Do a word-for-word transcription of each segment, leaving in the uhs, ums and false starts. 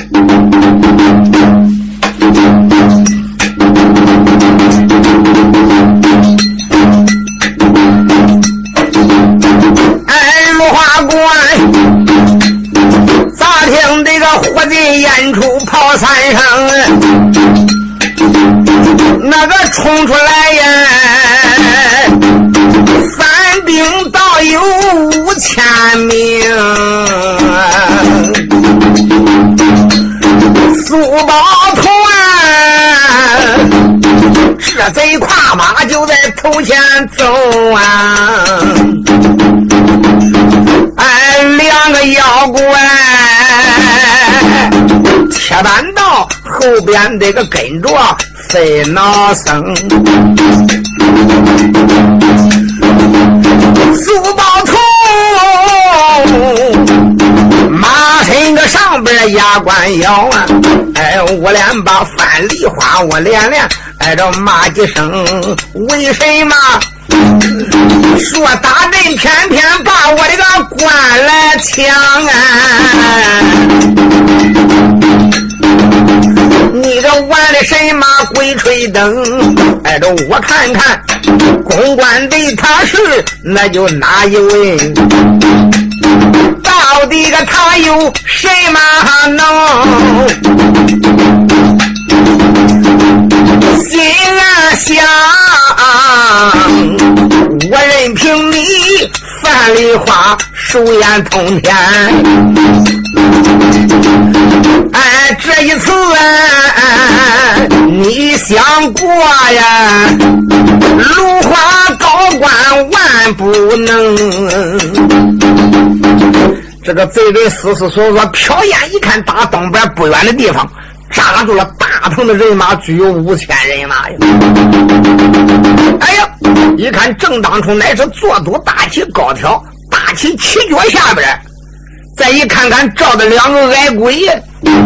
哎，如花关咋听这个火箭烟出炮山上，那个冲出来呀，三兵倒有五千名，苏宝同啊，这贼跨马就在头前走啊，哎，两个妖怪铁板道后边这个跟着费脑僧，苏宝通马身个上边牙关咬啊，哎，我连把范梨花我连连挨着骂几声，为什么说打人偏偏把我这个官来抢啊？你这玩的什么鬼吹灯？哎，这我看看公关的他是那就哪一位？到底个他有什么能？心啊想，我任凭你范梨花手眼通天。哎，这一次啊，你想过呀，如花高官万不能。这个贼人思思索索，瞟眼一看，打东边不远的地方扎住了大棚的人马，具有五千人马呀！哎呀，一看正当初乃是坐都大旗高挑，大旗旗脚下边，再一看看照的两个矮鬼呀，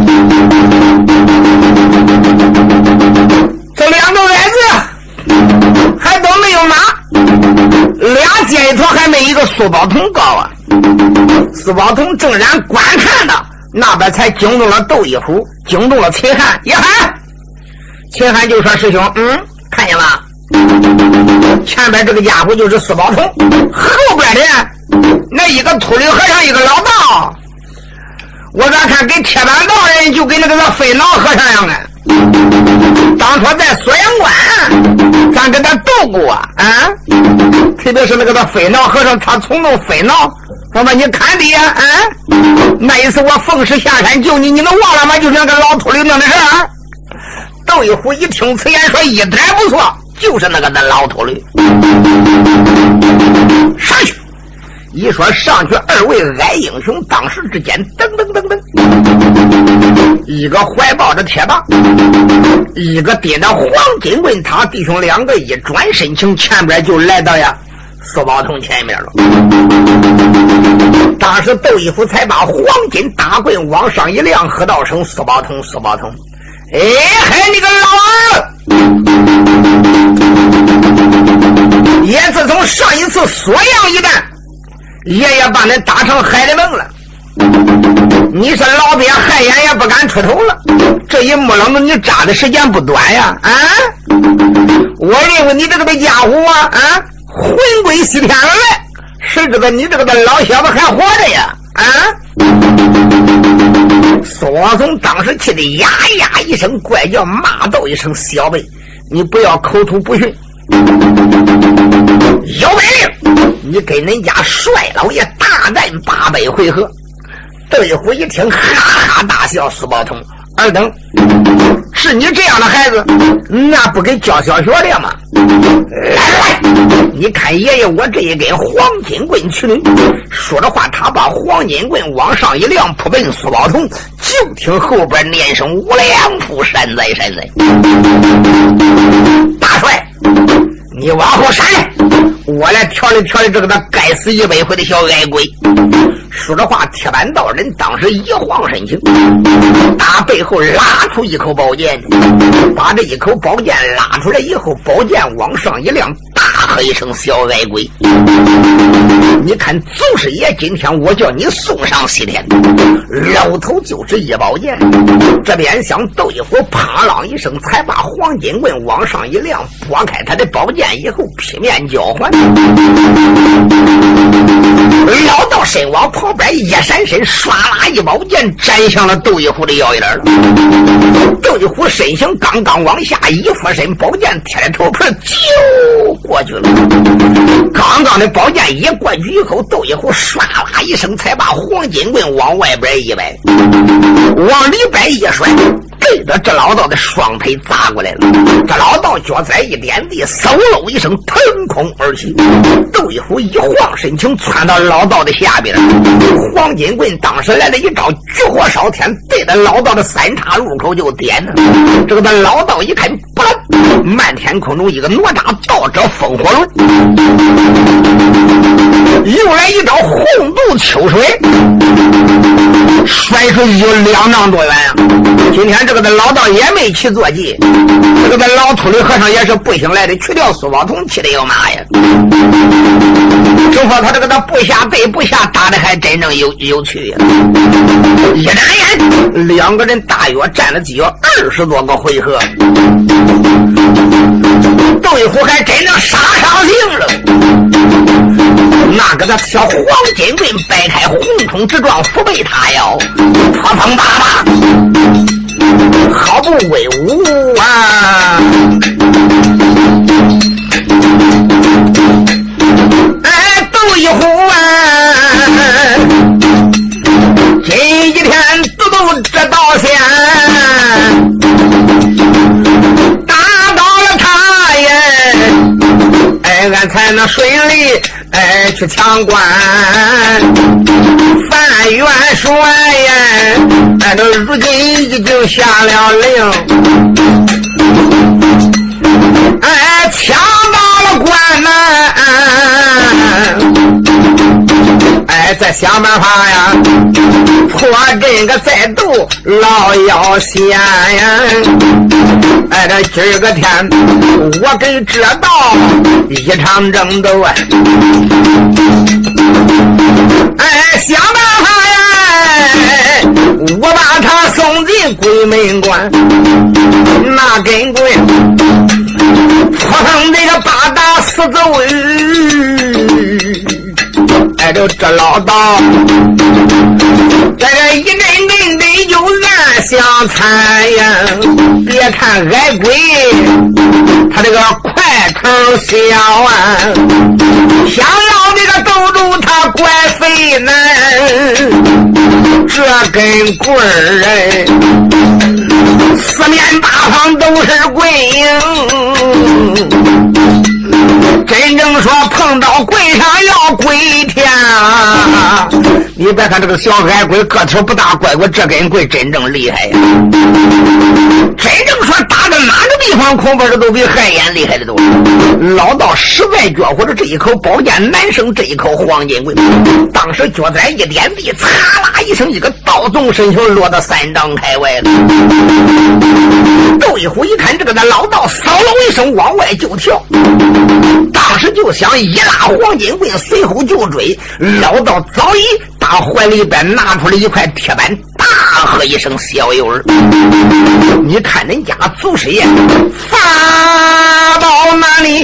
这两个矮子还都没有马，俩肩一头还没一个苏宝同高啊！苏宝同正然观看的，那边才惊动了窦一虎，惊动了秦汉。一喊，秦汉就说：“师兄，嗯，看见了，前边这个家伙就是苏宝同，后边的那一个秃驴和尚，一个老道，我咋看跟铁板道人就跟那个飞脑和尚一样啊？当初在锁阳关，咱跟他斗过啊，啊，特别是那个飞脑和尚，他从中飞脑。”我说你看的呀，啊！那一次我奉旨下山救你，你能忘了吗？就是那个老秃驴弄的事儿。窦一虎一听此言，说一点不错，就是那个的老秃驴。上去！一说上去，二位矮英雄当时之间，噔噔噔噔，一个怀抱着铁棒，一个掂着黄金棍，他弟兄两个一转身从前边就来到呀苏宝同前面了。当时窦一虎才把黄金大棍往上一亮，喝道声：“苏宝同，苏宝同！”哎嗨，你个老儿！也自从上一次锁阳一战，爷爷把你打成海里梦了。你是老鳖害眼也不敢出头了。这一木冷子你扎的时间不短呀！啊！我认为你这个的家伙啊啊！魂归西天了来，谁知道你这个的老小子还活着呀？啊！苏王松当时气得呀呀一声怪叫，骂道一声：“小辈，你不要口吐不逊！有本领，你跟人家帅老爷大战八百回合！”窦一虎一听，哈哈大笑：“苏宝同，尔等是你这样的孩子，那不给教小学的吗？来来，你看爷爷我这一根黄金棍取你。”说着话，他把黄金棍往上一亮，扑奔苏宝同。就听后边念声：“无量父山在山在。”大帅，你往后闪，我来调理调理这个他该死一百回的小矮鬼。说着话，铁板道人当时一晃身形，打背后拉出一口宝剑，把这一口宝剑拉出来以后，宝剑往上一亮，大喝一声小矮鬼，你看祖师爷今天我叫你送上西天，老头就是一宝剑，这边想斗一虎，啪啷一声才把黄金棍往上一亮，拨开他的宝剑以后劈面交换，老道身往旁边一闪身，唰啦一宝剑斩向了窦一虎的腰眼了。窦一虎身形刚刚往下一俯身，宝剑贴着头皮就过去了。刚刚的宝剑一过去以后，窦一虎唰啦一声才把黄金棍往外边一摆，往里边一甩，对着这老道的双腿砸过来了。这老道脚在一点地，嗖喽一声腾空而起，窦一虎一晃身形窜到老道的下边，黄金棍当时来了一招举火烧天，对着老道的三叉入口就点了。这个老道一看，不然漫天空中一个哪吒道者风火轮，又来一招红渡秋水，甩出去有两丈多远啊！今天这个的老道也没起坐骑，这个的老秃驴和尚也是步行来的，去掉苏宝同气的要骂呀！就说他这个的部下对部下打的还真正有有趣呀！一眨眼，两个人大约战了只有二十多个回合，窦一虎还真正杀伤性了。那个的小黄金棍掰开红筒之状，腹背塌腰，啪砰啪啪，好不威武啊！哎，窦一虎啊，今一天都都这道线，打倒了他耶！哎，俺才能顺利哎去抢关。范元帅呀，哎，这如今已经下了令，哎，抢到了关呐！哎，再想办法呀，破这个再斗老妖仙呀！哎，这今儿个天，我给这道一场争斗啊！哎，想办法呀！我把他送进鬼门关，那根棍，扑腾这个八大四周。哎，就这老道，这个一阵阵的就暗香惨呀！别看矮鬼，他这个块头小啊，想要这个兜住他怪费难。这根棍儿哎，四面八方都是鬼影。真正说碰到鬼上要鬼天啊！你别看这个小矮鬼个头不大，乖乖这根棍真正厉害呀！真正说打到哪个地方，恐怕这都比海眼厉害的多。老道实在觉乎着这一口宝剑难胜这一口黄金棍，当时脚在一点地，嚓啦一声，一个倒纵身形落到三丈开外了。窦一虎一看这个的老道，骚隆一声往外就跳。当时就想一拉黄金棍，随后就追。老道早已打怀里边拿出了一块铁板，大喝一声：“小幼儿，你看人家祖师爷法宝哪里？”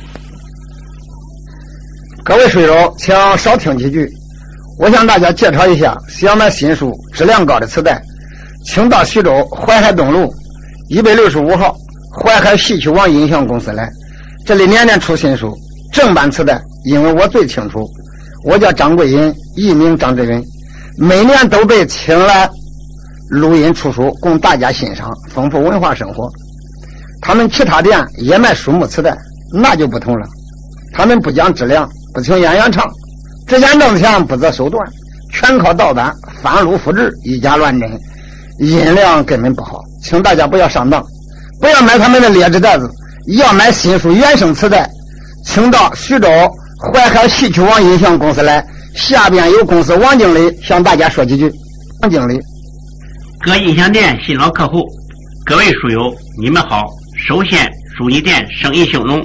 各位水友，请少听几句。我向大家介绍一下，想买新书质量高的磁带，请到徐州淮海东路一百六十五号淮海戏曲网音像公司来。这里年年出新书，正版磁带，因为我最清楚。我叫张桂银，艺名张志云，每年都被请来录音出书，供大家欣赏，丰富文化生活。他们其他店也卖书目磁带，那就不同了。他们不讲质量，不请演员唱，只讲挣钱，不择手段，全靠盗版、翻录复制，以假乱真，音量根本不好。请大家不要上当，不要买他们的劣质袋子。要买新书原声磁带，请到徐州淮海戏曲网音像公司来，下边有公司王经理向大家说几句。王经理， 各音像店新老客户，各位书友，你们好。首先，祝你店生意兴隆，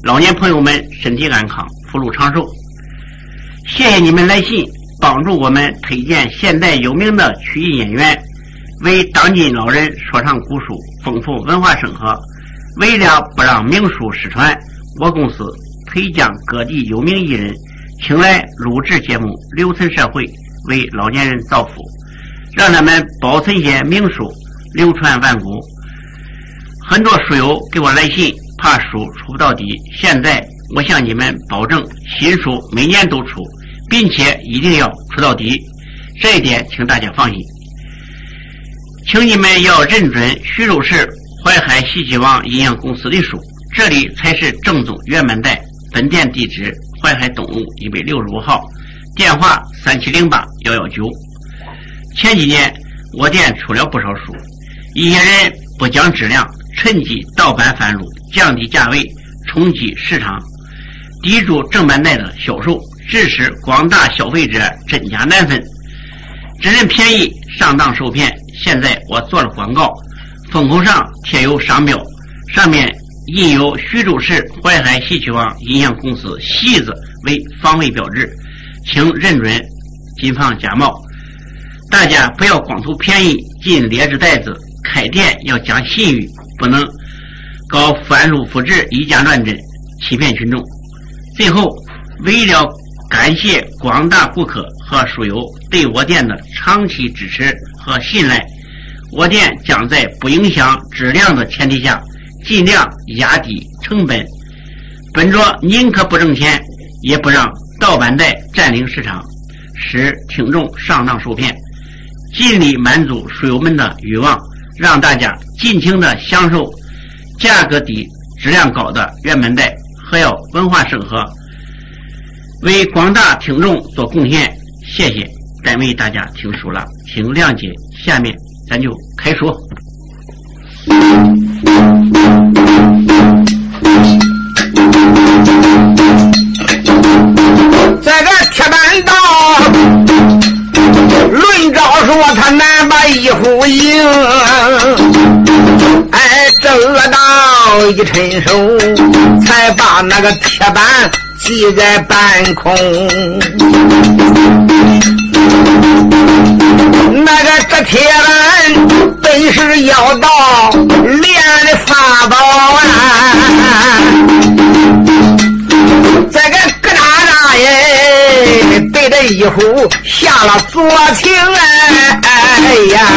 老年朋友们身体安康，福禄长寿。谢谢你们来信，帮助我们推荐现代有名的曲艺演员，为当今老人说唱古书，丰富文化生活。为了不让名书失传，我公司推将各地有名艺人请来录制节目，留存社会，为老年人造福，让他们保存些名书，流传万古。很多书友给我来信，怕书出不到底，现在我向你们保证，新书每年都出，并且一定要出到底，这一点请大家放心。请你们要认准徐州市淮海西岐王营养公司的书，这里才是正宗原版带。本店地址淮海东路一百六十五号，电话三七零八一一九。前几年我店出了不少书，一些人不讲质量，趁机盗版贩入，降低价位，冲击市场，抵住正版带的销售，致使广大消费者真假难分，只认便宜，上当受骗。现在我做了广告，封口上贴有商标，上面印有徐州市淮海西岐王营养公司西字为防伪标志，请认准，谨防假冒。大家不要光图便宜进劣质袋子，开店要讲信誉，不能搞翻录复制，以假乱真，欺骗群众。最后，为了感谢广大顾客和书友对我店的长期支持和信赖，我店将在不影响质量的前提下，尽量压低成本，本着宁可不挣钱，也不让盗版带占领市场，使听众上当受骗，尽力满足书友们的欲望，让大家尽情的享受价格低、质量高的原版带，还要文化生活，为广大听众做贡献。谢谢，单为大家听书了，请谅解。下面咱就开说。 在这铁板道论招说他难把一呼赢，哎，这恶道一伸手才把那个铁板系在半空。那个这铁板本是要到练的法宝啊，这个咯哒哒耶对着一呼下了左情哎，哎呀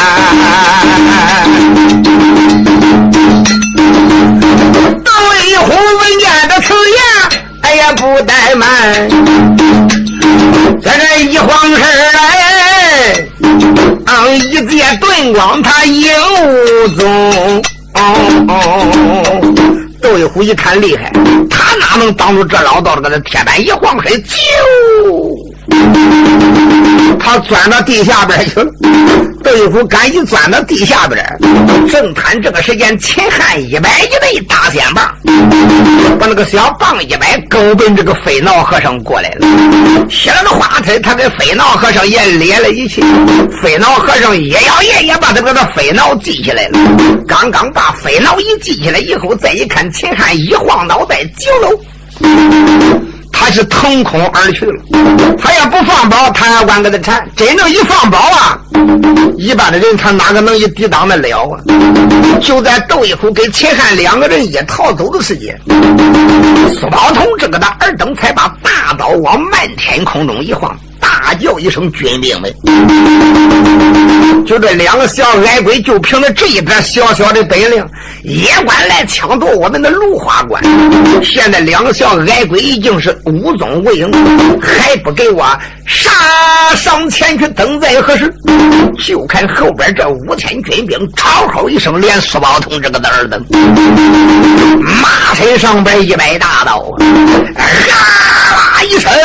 窦一呼闻见的此言，哎呀不怠慢，在这一晃神来，嗯，一借盾光他影无踪。哦哦，窦一虎一看厉害，他哪能挡住这老道的这铁板一晃身，啾，他钻到地下边去了。窦一虎赶一钻到地下边，正谈这个时间，秦汉一百一枚大仙棒，把那个小棒一摆，勾奔这个飞脑和尚过来了。写了个话题，他给飞脑和尚也咧了一气，飞脑和尚一咬牙也把他这个飞脑记起来了。刚刚把飞脑一记起来以后，再一看秦汉一晃脑袋，九楼。他是腾空而去了，他要不放宝，他还管个的缠。真正一放宝啊，一般的人他哪个能一抵挡得了啊？就在窦一虎给秦汉两个人一逃走的时间，苏宝同这个的二等才把大刀往漫天空中一晃，大叫一声：“军兵们！”就这两个小矮鬼，就凭着这一点小小的本领，也管来抢夺我们的芦花关。现在两个小矮鬼已经是无踪无影，还不给我杀上前去，等在何时？就看后边这五千军兵吵吼一声，连苏宝同这个的耳等，马身上边一摆大刀，哈啦一声，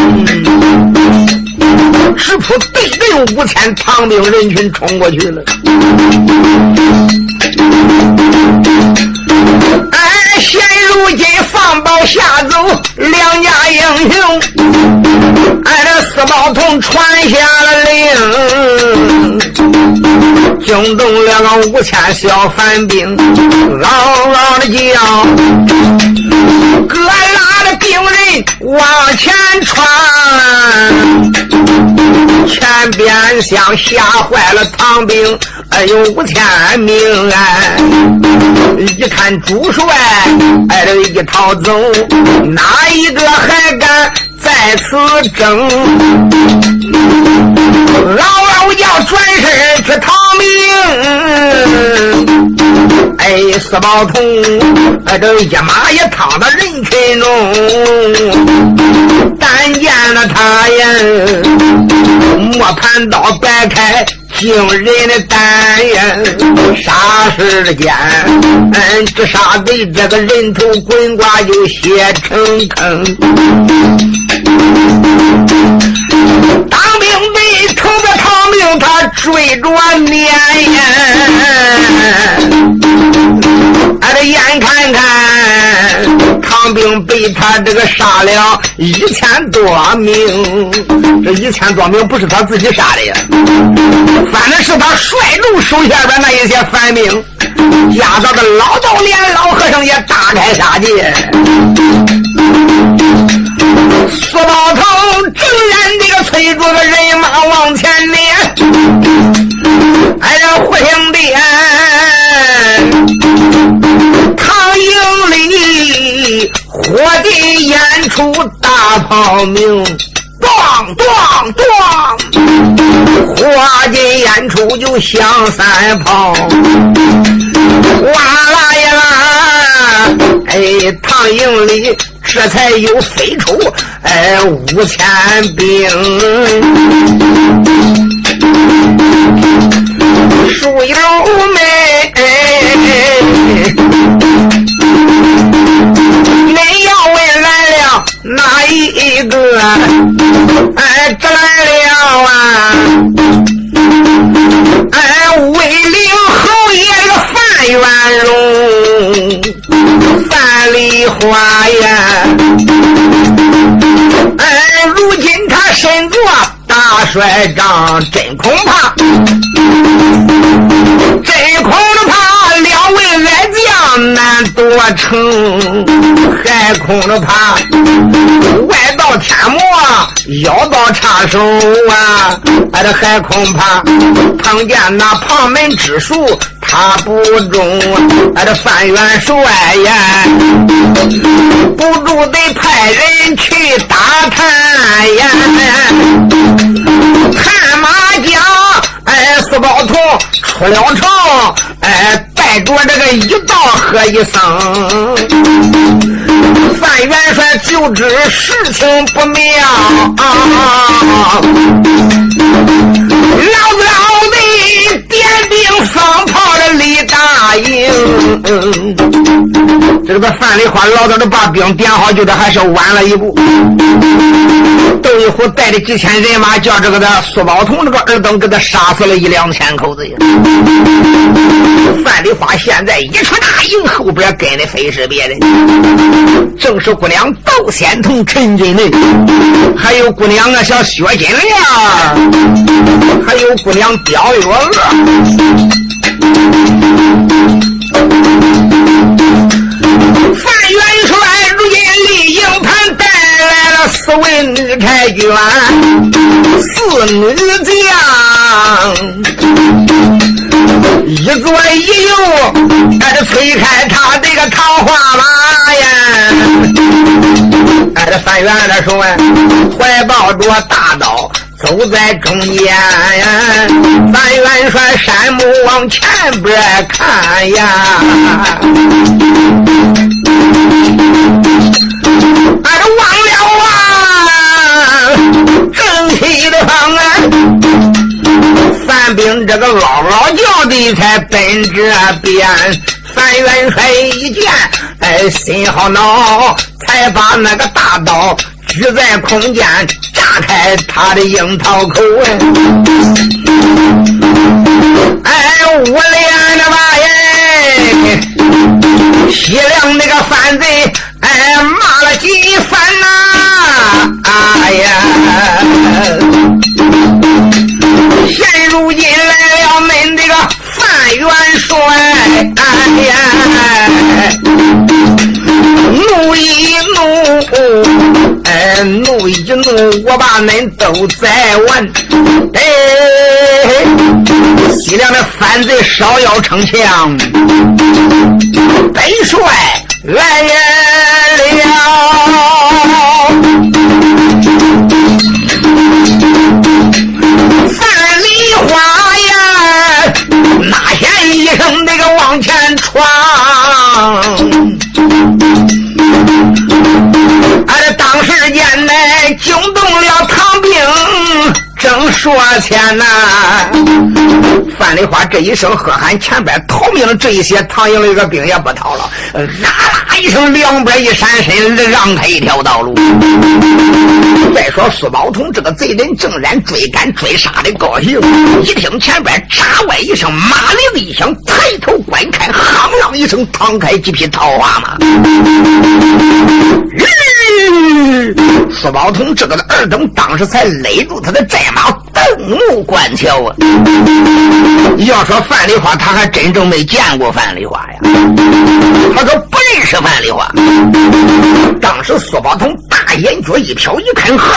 直扑对着五千唐兵人群冲过去了。哎，现如今放宝下走两家英雄，哎，这苏宝同传下了令，惊动了个五千小反兵，嗷嗷的叫，各拉的兵人往前传，前边厢吓坏了唐兵，哎有五千名哎，一看主帅哎这一逃走，哪一个还敢在此争？嗷嗷叫转身去逃命，哎四宝同哎这一马也躺到人群中，但见了他呀磨盘刀摆开惊人的胆呀，霎时间嗯这杀的这个人头滚瓜就血成坑，当兵的头的逃命他追着撵呀，俺的眼看看唐兵被他这个杀了一千多名，这一千多名不是他自己杀的呀，反正是他率众手下边那一些反兵，压到的老道连老和尚也大开杀戒。苏宝头正然这个催着个人马往前撵，哎呀胡兄弟唐营里火地演出大炮鸣，咣咣咣，火箭演出就响三炮，哇啦呀啦，哎，唐营里这才有飞出哎五千兵，树友妹，你要问来了哪一个？哎，这来了啊！哎，魏灵侯爷这个范元荣，范梨花呀！哎，如今他身做大帅长，真恐怕，真恐怕两位矮将难夺城，还恐怕外道天魔妖道插手啊！哎，这还恐怕碰见那旁门之术他不中，哎，这范元帅呀，不住得派人去打探呀，探马将哎四宝同出了城，哎带着这个一道和一僧，范元帅就知事情不妙啊，老子老的点兵放炮的李大营，这个范梨花老早就把兵点好，就这还是晚了一步。窦一虎带着几千人马，叫这个的苏宝同这个二等给他杀死了一两千口子呀。范梨花现在一出大营，后边跟的非是别人，正是姑娘窦仙童、陈金莲，还有姑娘啊小薛金莲，还有姑娘刁月娥。范元帅如今立营盘带来了四位女太监，四女将，一左一右，哎，这推开他这个桃花马呀！哎，这范元的手啊，怀抱着大刀，走在中间呀。范元帅山目往前边看呀，哎，这忘了啊，正气的方啊！范兵这个嗷嗷叫的才奔这边，范元帅一见，哎，心好恼，才把那个大刀举在空间，炸开他的樱桃口。哎，五连的吧耶，西凉那个反贼，哎，骂了几番呐、啊！哎呀！ 呀，怒一怒，哎，怒一怒，我把恁都在问。哎，西凉的反贼稍要逞强，本帅来了。范梨花呀，呐喊一声，那个往前闯。俺当时间内惊动了唐兵，正说前呐、啊，范梨花这一声喝喊，前边逃命的这一些唐营的一个兵也不逃了，啦啦一声，两边一闪身，让开一条道路。再说苏宝通这个贼人正然追赶追杀的高兴，一听前边喳歪一声，马铃一响，抬头观看，夯啷一声，趟开几匹桃花马。苏宝通这个二等当时才勒住他的战马，瞪目观瞧啊！要说范梨花，他还真正没见过范梨花呀，他可不认识范梨花。当时苏宝通大眼角一瞟，一看，呵，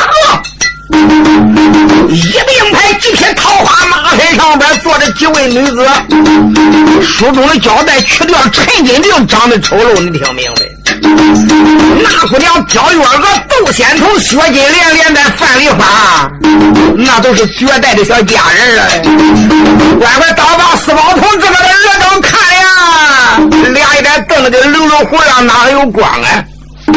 一并排几匹桃花马身上边坐着几位女子，书中的交代去掉陈金定长得丑陋，你听明白？那姑娘焦月娥、窦仙头、血金连连的范梨花，那都是绝代的小佳人了。乖乖倒把四宝通这个的热灯看呀，俩一点瞪得跟溜溜胡样，哪还有光啊？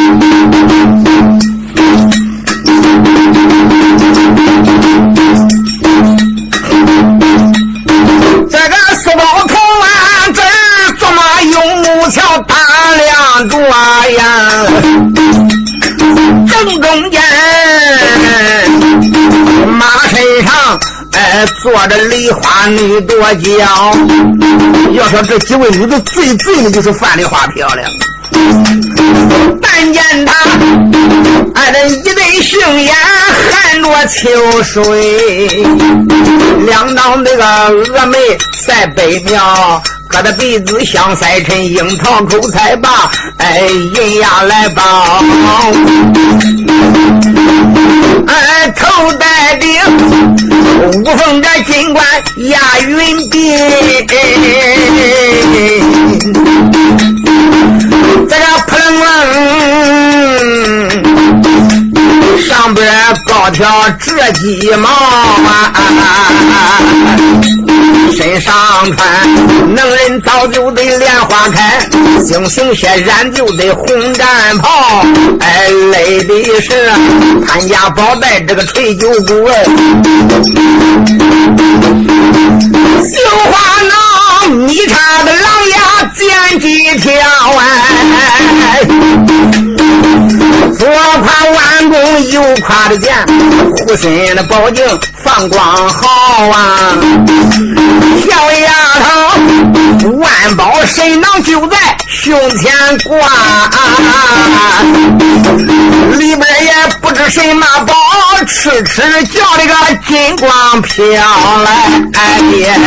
这个四宝通啊，这怎么用木桥打量着呀？正中间马身上哎坐着梨花女多娇。要说这几位女子最最的就是范梨花漂亮，但见她哎这一对杏眼含着秋水，两道那个峨眉赛北苗，他的鼻子像赛陈，樱桃口才把哎银牙来包，哎头戴顶五凤这金冠压云鬓，这个扑棱棱上边高挑折鸡毛啊，身上穿能人早就得莲花开，星星血染就得红毡袍，哎，累的是潘家宝带这个垂酒鼓，绣花囊米叉的狼牙剪几条，哎，左胯弯弓右胯的剑，护身的宝镜放光好啊，小丫头万宝神囊就在胸前挂，里边也不知什么宝，痴痴叫这个金光飘来，哎耶，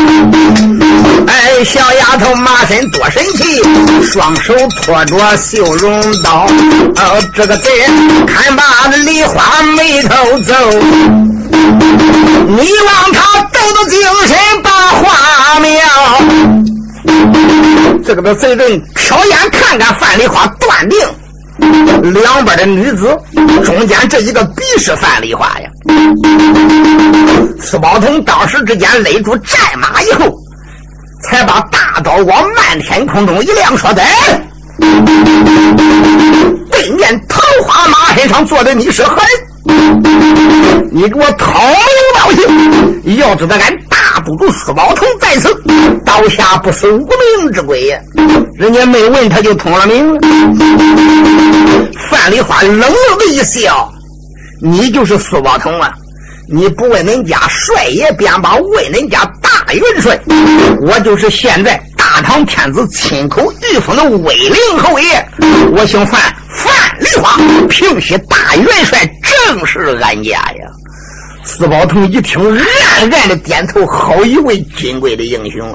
哎，小丫头马身多神奇，双手托着绣绒刀，哦，这个贼看把梨花眉头皱，你望他抖抖精神把花苗，这个的贼人瞟眼看看范梨花，断定两边的女子中间这一个必是范梨花呀。司宝通当时之间勒住战马以后，才把大刀往漫天空中一亮，说的对面桃花马身上坐的你是何人？你给我掏有道行！要知道俺大都督司宝通在此，刀下不死无名之鬼呀！人家没问他就通了名了。范梨花冷冷的一笑：“你就是司宝通啊！你不问恁家帅爷，便把问恁家大元帅。我就是现在大唐天子亲口御封的威灵侯爷，我姓范，范梨花，平西大元帅正是俺家呀。” 司宝同一听，暗暗的点头，好一位金贵的英雄。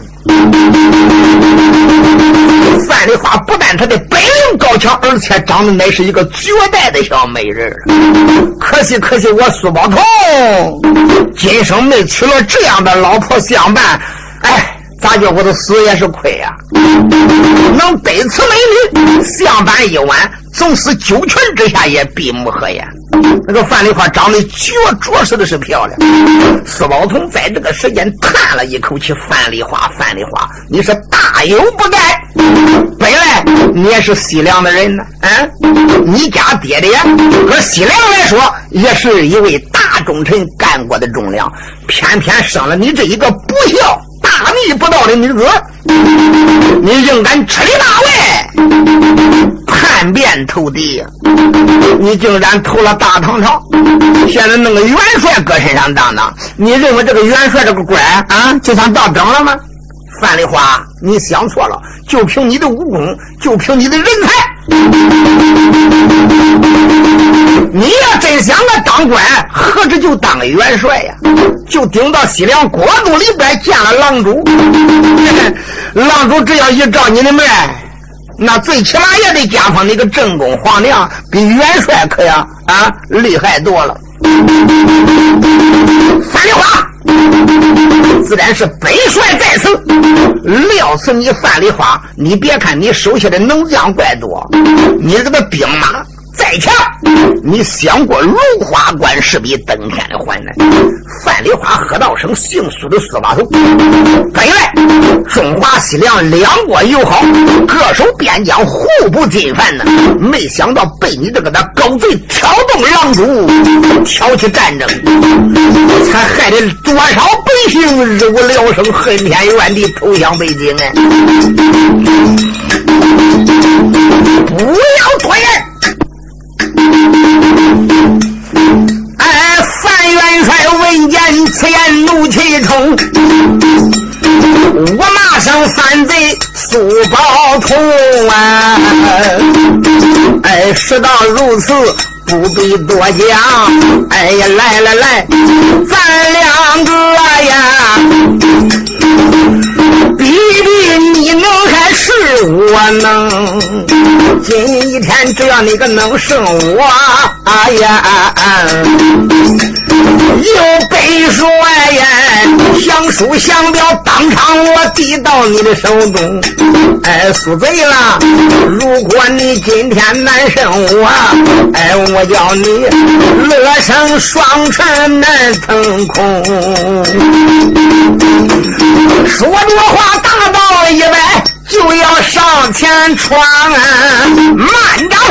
范丽花不但她的本领高强，而且长得乃是一个绝代的小美人。可惜可惜，我苏宝同今生没娶了这样的老婆相伴，哎，咋叫我的死也是亏呀、啊！能得此美女相伴一晚，总是九泉之下也闭目合眼。那个范丽花长得绝着实的是漂亮。司宝同在这个时间叹了一口气：“范丽花，范丽花，你是大有不该。本来你也是西凉的人呢，啊，你家爹爹搁西凉来说也是一位大忠臣干过的忠良，偏偏生了你这一个不孝大逆不道的女子，你竟敢吃里扒外，叛变投敌，你竟然投了大唐朝，现在弄个元帅搁身上当当，你认为这个元帅这个官啊就算到等了吗？范丽花，你想错了，就凭你的武功，就凭你的人才，你要真想个当官，何止就当个元帅呀？就顶到西凉国都里边见了狼主，狼主只要一照你的面，那最起码也得加封你个正宫皇娘，比元帅可呀啊厉害多了。范丽花自然是本帅在此，料死你范丽花，你别看你手下的能将怪多，你这个兵马再强，你想过如花关势比登天的患难。范丽花喝道声姓苏的司马头，本来中华西凉两国友好，各守边疆，互不侵犯呢，没想到被你这个的狗贼挑动狼主，挑起战争，才害得多少百姓日无聊生，恨天怨地，投降北京哎！不要拖延！哎，范元帅闻见此言，怒气冲，我马上反贼苏宝同啊！哎，事到如此，不必多讲。哎呀，来来来，咱两个呀，比比你能还是我能？今一天只要你个能胜我，哎呀！有背说呀，降书降表，当场我递到你的手中。哎，苏贼了！如果你今天难胜我，哎，我叫你乐生双翅难腾空。说着话，大道一摆，就要上前闯啊！慢着！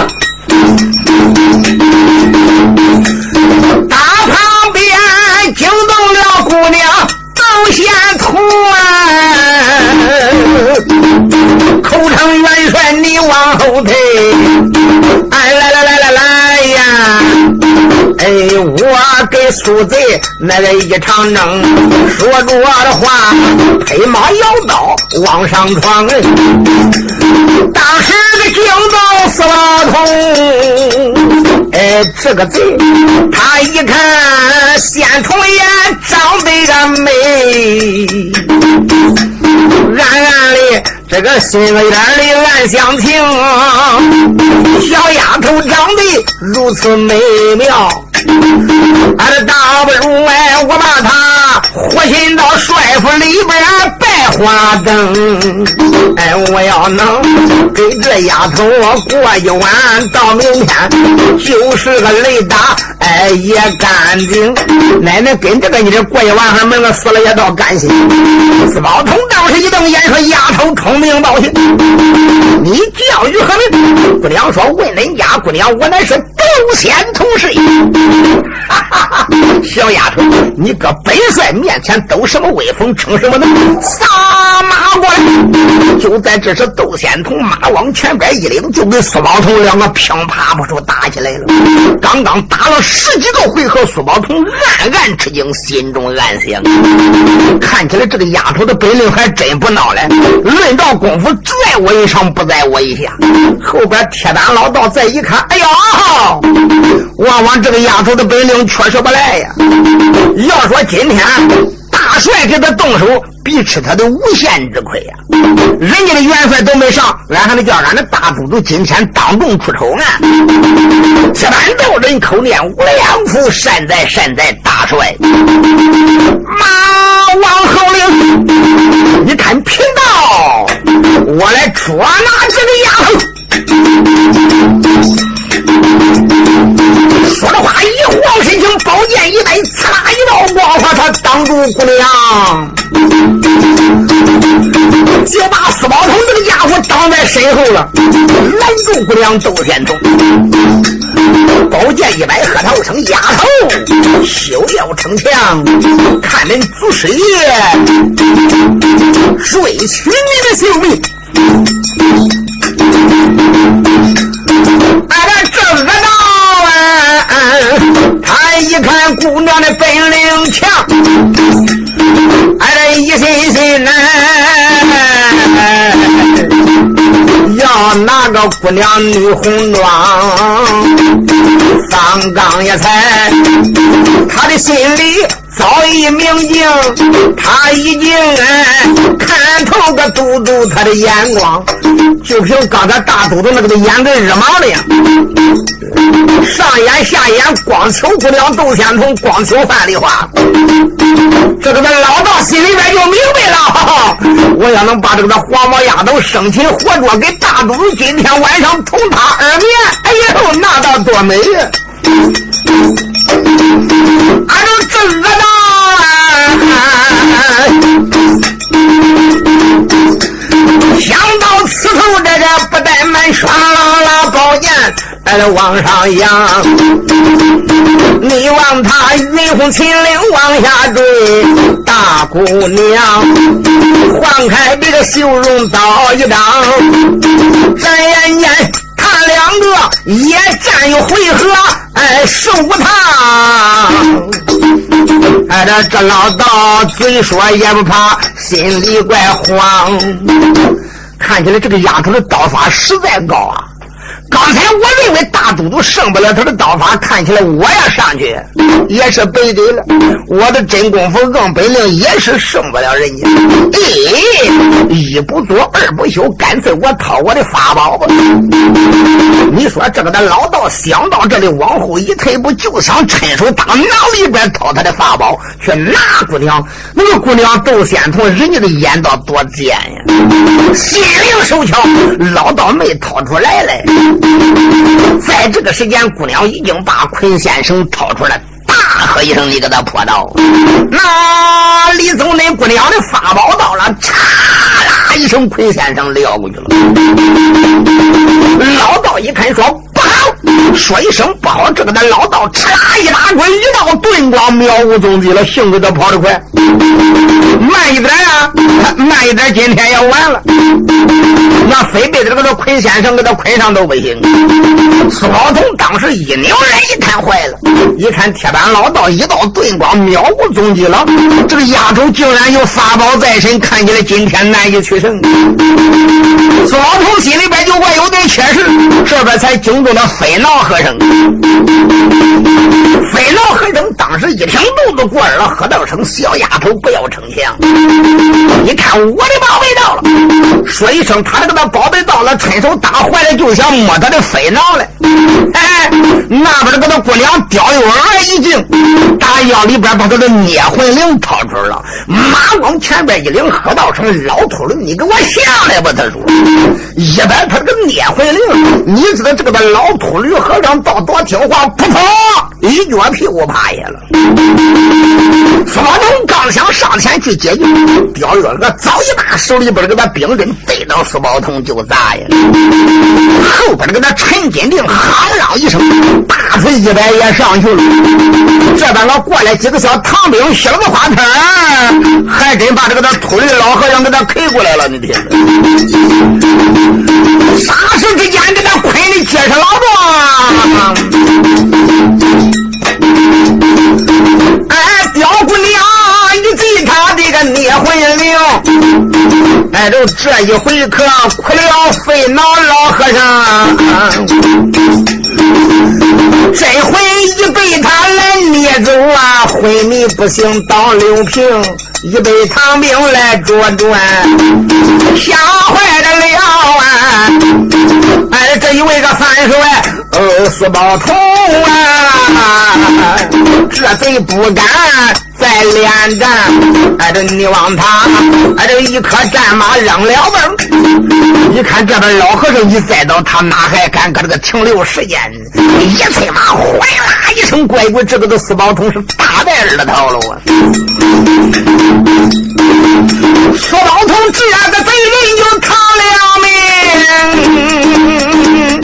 大旁边惊动了姑娘窦仙图啊，口称元帅你往后退，哎来来来来来呀，哎我给苏贼那个一场争，说着我的话，拍马摇刀往上闯，当时的惊动司马同，哎这个贼他一看先从眼长得个美，暗暗里这个心里边里暗相情，小丫头长得如此美妙，俺倒不如哎我把她活心到帅府里边拜花灯，哎我要能给这丫头过一晚，到明天就是个雷打哎也干净，奶奶跟这个你这过一晚还没个死了也倒甘心。司宝同当时一瞪眼说，丫头聪明报信，你教育何人？姑娘说，问人家姑娘我乃是窦仙同事。哈哈哈，小丫头你搁本帅面前抖什么威风，逞什么能？撒马过来， 就在这时，窦仙童马往前边一领，就跟苏宝同两个乒啪不说打起来了。刚刚打了十几个回合，苏宝同暗暗吃惊，心中暗想：看起来这个丫头的本领还真不孬嘞。论到功夫，只在我一上，不在我一下。后边铁胆老道再一看，哎呀，往往这个丫头的本领确实不赖呀。要说今天大帅给他动手，必吃他的无限之亏呀！人家的元帅都没上，俺还得叫俺的大都督今天当众出丑呢。铁板道人口念无量福，善哉善哉，大帅。马王侯令，你看贫道，我来捉拿这个丫头。说着话，一晃身形，宝剑一摆，刺啦一道光华，他挡住姑娘，就把司宝通这个家伙挡在身后了，拦住姑娘窦仙童。宝剑一摆，喝道声：“丫头，休要逞强，看恁祖师爷追取你的性命！”哎，这个道啊，他一看姑娘的本领强，哎，一心心呢要拿个姑娘女红妆，方刚也才，他的心里早已明镜，他已经看透个嘟嘟他的眼光，就凭刚才大嘟嘟那个眼跟日毛的呀，上眼下眼光求姑娘窦仙童，光求范丽花。这个老道心里边就明白了，哈哈，我要能把这个黄毛丫头生擒活捉，给大嘟嘟今天晚上同他二面，哎呦，那倒多美呀！俺就这个道啊，想到此处，这个不怠慢，唰啦啦宝剑来了往上扬，你望他云红秦岭往下坠，大姑娘换开这个秀容刀一张，转眼间他两个也战有回合，哎，十五趟。哎，这这老道嘴说也不怕，心里怪慌。看起来这个丫头的刀法实在高啊！刚才我认为大都督胜不了他的刀法，看起来我要上去也是白给了，我的真功夫硬本领也是胜不了人家。哎，一不做二不休，干脆我掏我的法宝吧。你说这个的老道想到这里，往后一退步，就想伸手打囊里边掏他的法宝去拿姑娘。那个姑娘窦仙童，人家的眼道多尖呀，心灵手巧，老道没掏出来嘞。在这个时间，姑娘已经把捆线绳掏出来，大喝一声：“你给他破刀！”那李宗那姑娘的法宝到了，嚓啦一声，捆线绳撂过去了。老道一看说：“不好！”说一声不好，这个的老道嚓啦一打滚，一道盾光渺无踪迹了。幸亏他跑得快，慢一点啊，慢一点，今天要完了。那非被这个捆线绳给他捆上都不行。苏老同当时一扭人一看坏了，一看铁板老道一道盾光渺无踪迹了，这个丫头竟然有法宝在身，看起来今天难以取胜。苏老同心里边就怪有点缺失，这边才惊动了飞闹和尚。飞闹和尚当时一听肚子过耳了，喝道声：“小丫头不要逞强，你看我的宝贝到了。”说一声，他这个宝贝到了，伸手打坏了，就想摸他的飞闹来。哎，那边这个姑娘叼有耳一劲，打腰里边把他的灭魂铃掏出来了，马往前边一领，喝道声：“老秃驴，你给我下来吧！”他说：“一摆他这个灭魂铃，你知道这个老秃驴和尚到多听话，扑通一脚屁股趴下了。司马通刚想上前去解救，刁月娥早一把手里边给他兵刃对到司马通就砸呀。后边给他陈金定喊嚷一声，大锤一摆也上去了。这边个过来几个小唐兵削个花盆，还真把这个他秃驴老和尚给他 K 过来了。你听，霎时之间给他捆的结实老壮。哎，刁姑娘一记他这个灭魂铃，哎，就这一回可苦了费脑老和尚，这回一被他来捏走啊，昏迷不醒到六平，一被唐兵来捉转，吓坏了了啊！哎，这一位个反帅呃司宝通啊，这贼不敢再连战，哎，这你往他哎，这一颗战马扔了奔，一看这边老和尚一栽倒，他哪还敢搁这个停留时间？一催马哗啦一声乖乖，这个的司宝通是大败而逃了啊！司宝通这个贼人就逃了命，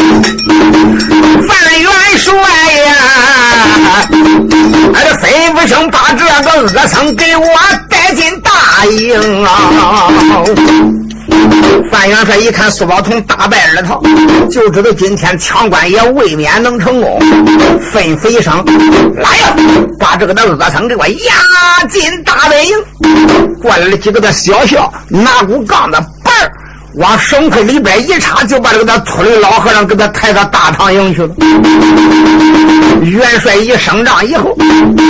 范元帅呀，哎，这吩咐声把这个恶僧给我带进大营啊！范元帅一看苏宝通大败而逃，就知道今天抢关也未免能成功，吩咐一声：“来呀，把这个的恶僧给我押进大本营。”过来了几个的小校，拿股杠的板儿往绳盔里边一插，就把这个的秃驴老和尚给他抬到大堂营去了。元帅一升帐以后，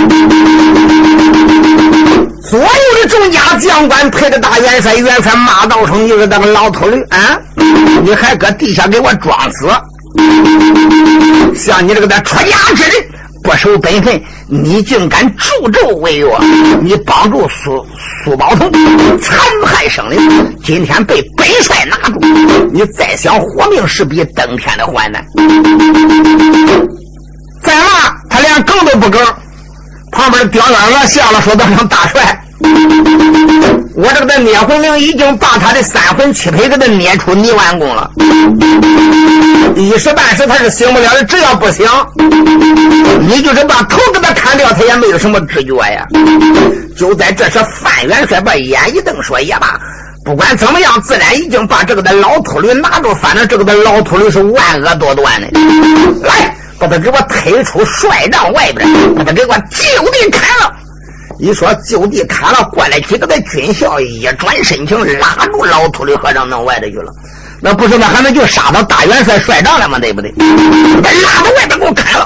所有的众家将官陪着大元帅，元帅骂道声：“你个那个老秃驴啊，你还搁地下给我装死！像你这个的出家之人，不守本分，你竟敢助纣为虐，你帮助苏苏宝通残害生灵，今天被本帅拿住，你再想活命是比登天的患难。”再骂他连梗都不梗，旁边刁元娥笑了说道：“大帅，我这个的灭魂铃已经把他的三魂七魄给他捏出泥丸宫了，一时半时他是醒不了的，只要不醒，你就是把头给他砍掉，他也没有什么知觉呀。”就在这时，范元帅把眼一瞪说：“也罢，不管怎么样，自然已经把这个的老秃驴拿住，反正这个的老秃驴是万恶多端的，来把他给我推出帅帐外边，把他给我就地砍了。”一说就地砍了，过来几个的军校一转身情，拉住老秃驴和尚弄外头去了。那不是那还能就杀到大元帅帅帐了吗？对不对？把拉到外边给我砍了。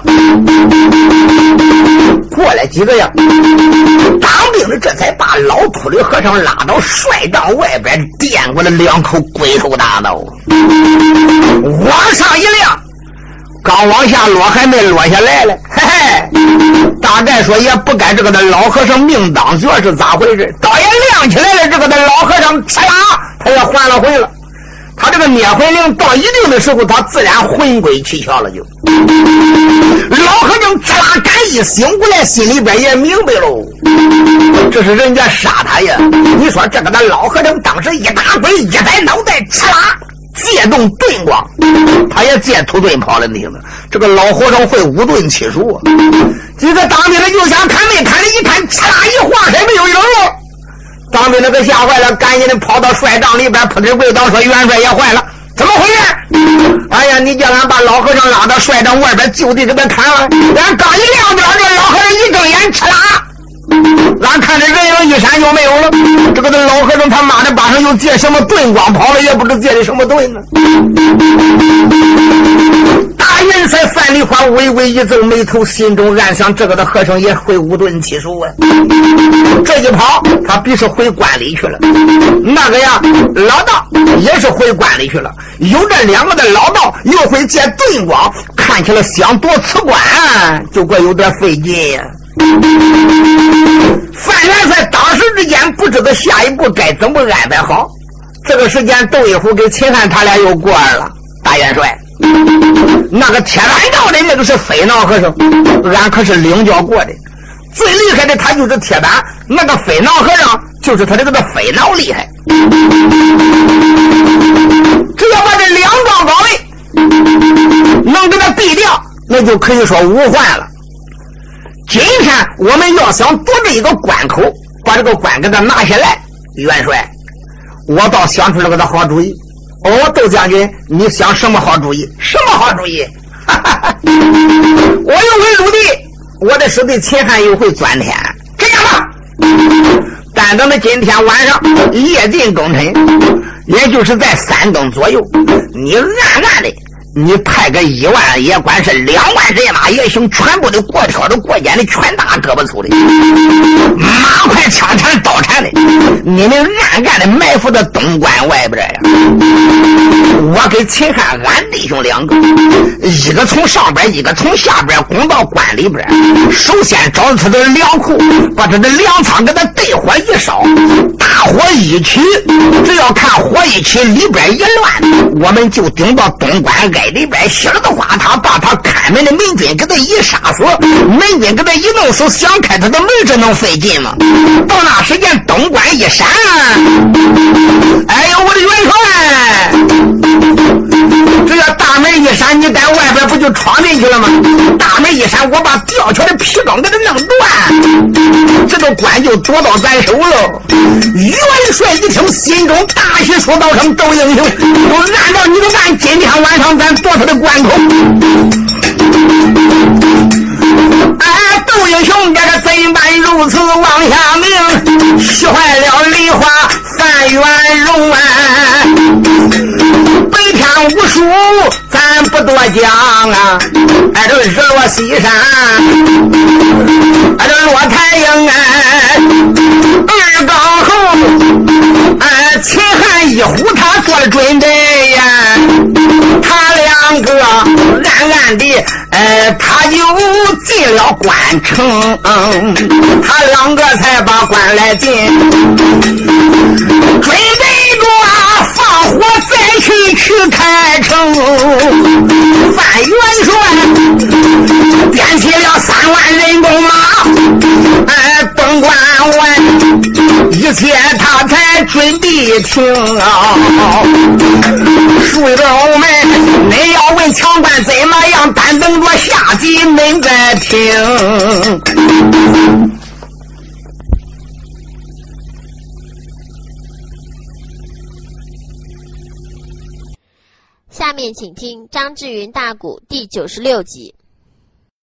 过来几个呀，当兵的这才把老秃驴和尚拉到帅帐外边，垫过了两口龟头大刀，往上一亮，刚往下落还没落下来了，嘿嘿，大概说也不该这个的老和尚命当绝是咋回事？刀也亮起来了，这个的老和尚哧啦，他也还了魂了。他这个灭魂铃到一定的时候，他自然魂归七窍了就。老和尚哧啦赶一醒过来，心里边也明白喽，这是人家杀他呀。你说这个的老和尚当时一打鬼，一摆脑袋，哧啦借动遁光，他也借土遁跑了。你听着，这个老和尚会五遁七术啊。几个当兵的就想看没看的，一看哧啦一晃还没有影了。当兵的给吓坏了，赶紧的跑到帅帐里边，扑哧跪倒说：“元帅也坏了，怎么回事？哎呀，你叫俺把老和尚拉到帅帐外边，就地给他砍了。俺刚一亮边，这老和尚一睁眼，哧啦，俺看着人影一闪就没有了。这个老和尚他妈的马上又借什么遁光跑了，也不知借的什么遁呢。”大元帅范梨花微微一皱眉头，心中暗想：这个的和尚也会五遁七术啊！这一跑，他必是回关里去了。那个呀，老道也是回关里去了。有这两个的老道又会借遁光，看起来想夺此关就怪有点费劲呀。范元帅当时之间不知道下一步该怎么安排好。这个时间窦一虎给秦汉他俩又过来了。大元帅， 那个铁板道的那个是飞脑和尚，俺可是领教过的。最厉害的他就是铁板，那个飞脑和尚就是他这个的飞脑厉害。只要把这两道高位能给他避掉，那就可以说无患了。今天我们要想夺这一个关口，把这个关给他拿下来，元帅，我倒想出了个好主意。哦，窦将军，你想什么好主意？什么好主意？哈哈哈！我又会陆地，我的师弟秦汉又会钻天。这样吧，但等到今天晚上夜尽更辰，也就是在三更左右，你暗暗的，你派个一万也管是两万人马也行，全部的过挑的过肩的，全大胳膊粗的，马快枪缠刀缠的，你们暗暗的埋伏在东关外边呀。我给秦汉俺弟兄两个，一个从上边，一个从下边攻到关里边。首先找他的粮库，把他的粮仓给他对火一烧，大火一起，只要看火一起，里边一乱，我们就顶到东关挨里边，稀了的话，他把他看门的门军给他一杀死，门军给他一弄死，想开他的门，这能费劲吗？到那时间东关一闪，哎呦我的元帅，只要大门一闪，你在外边不就闯进去了吗？大门一闪，我把吊桥的皮梗给他弄断，这个关就夺到咱手了。元帅一听，心中大喜，说道声：“窦英雄，就按照你的办，今天晚上咱夺他的关口。”哎，窦英雄这个怎般如此往下命，气坏了梨花范元荣啊！北天无数，咱不多讲啊！哎，这日落西山，哎，这落太阳啊！二更后，哎，秦汉一呼，他做了准备呀。他两个暗暗的，呃，他就进了关城，嗯，他两个才把关来进，准备着啊，放火再去去开城。范元帅点起了三万人弓马，哎，东关外一切他才准备停啊！属友们，恁要问强关怎么样，单等着下集恁再听。 下面请听张志云大鼓第九十六集。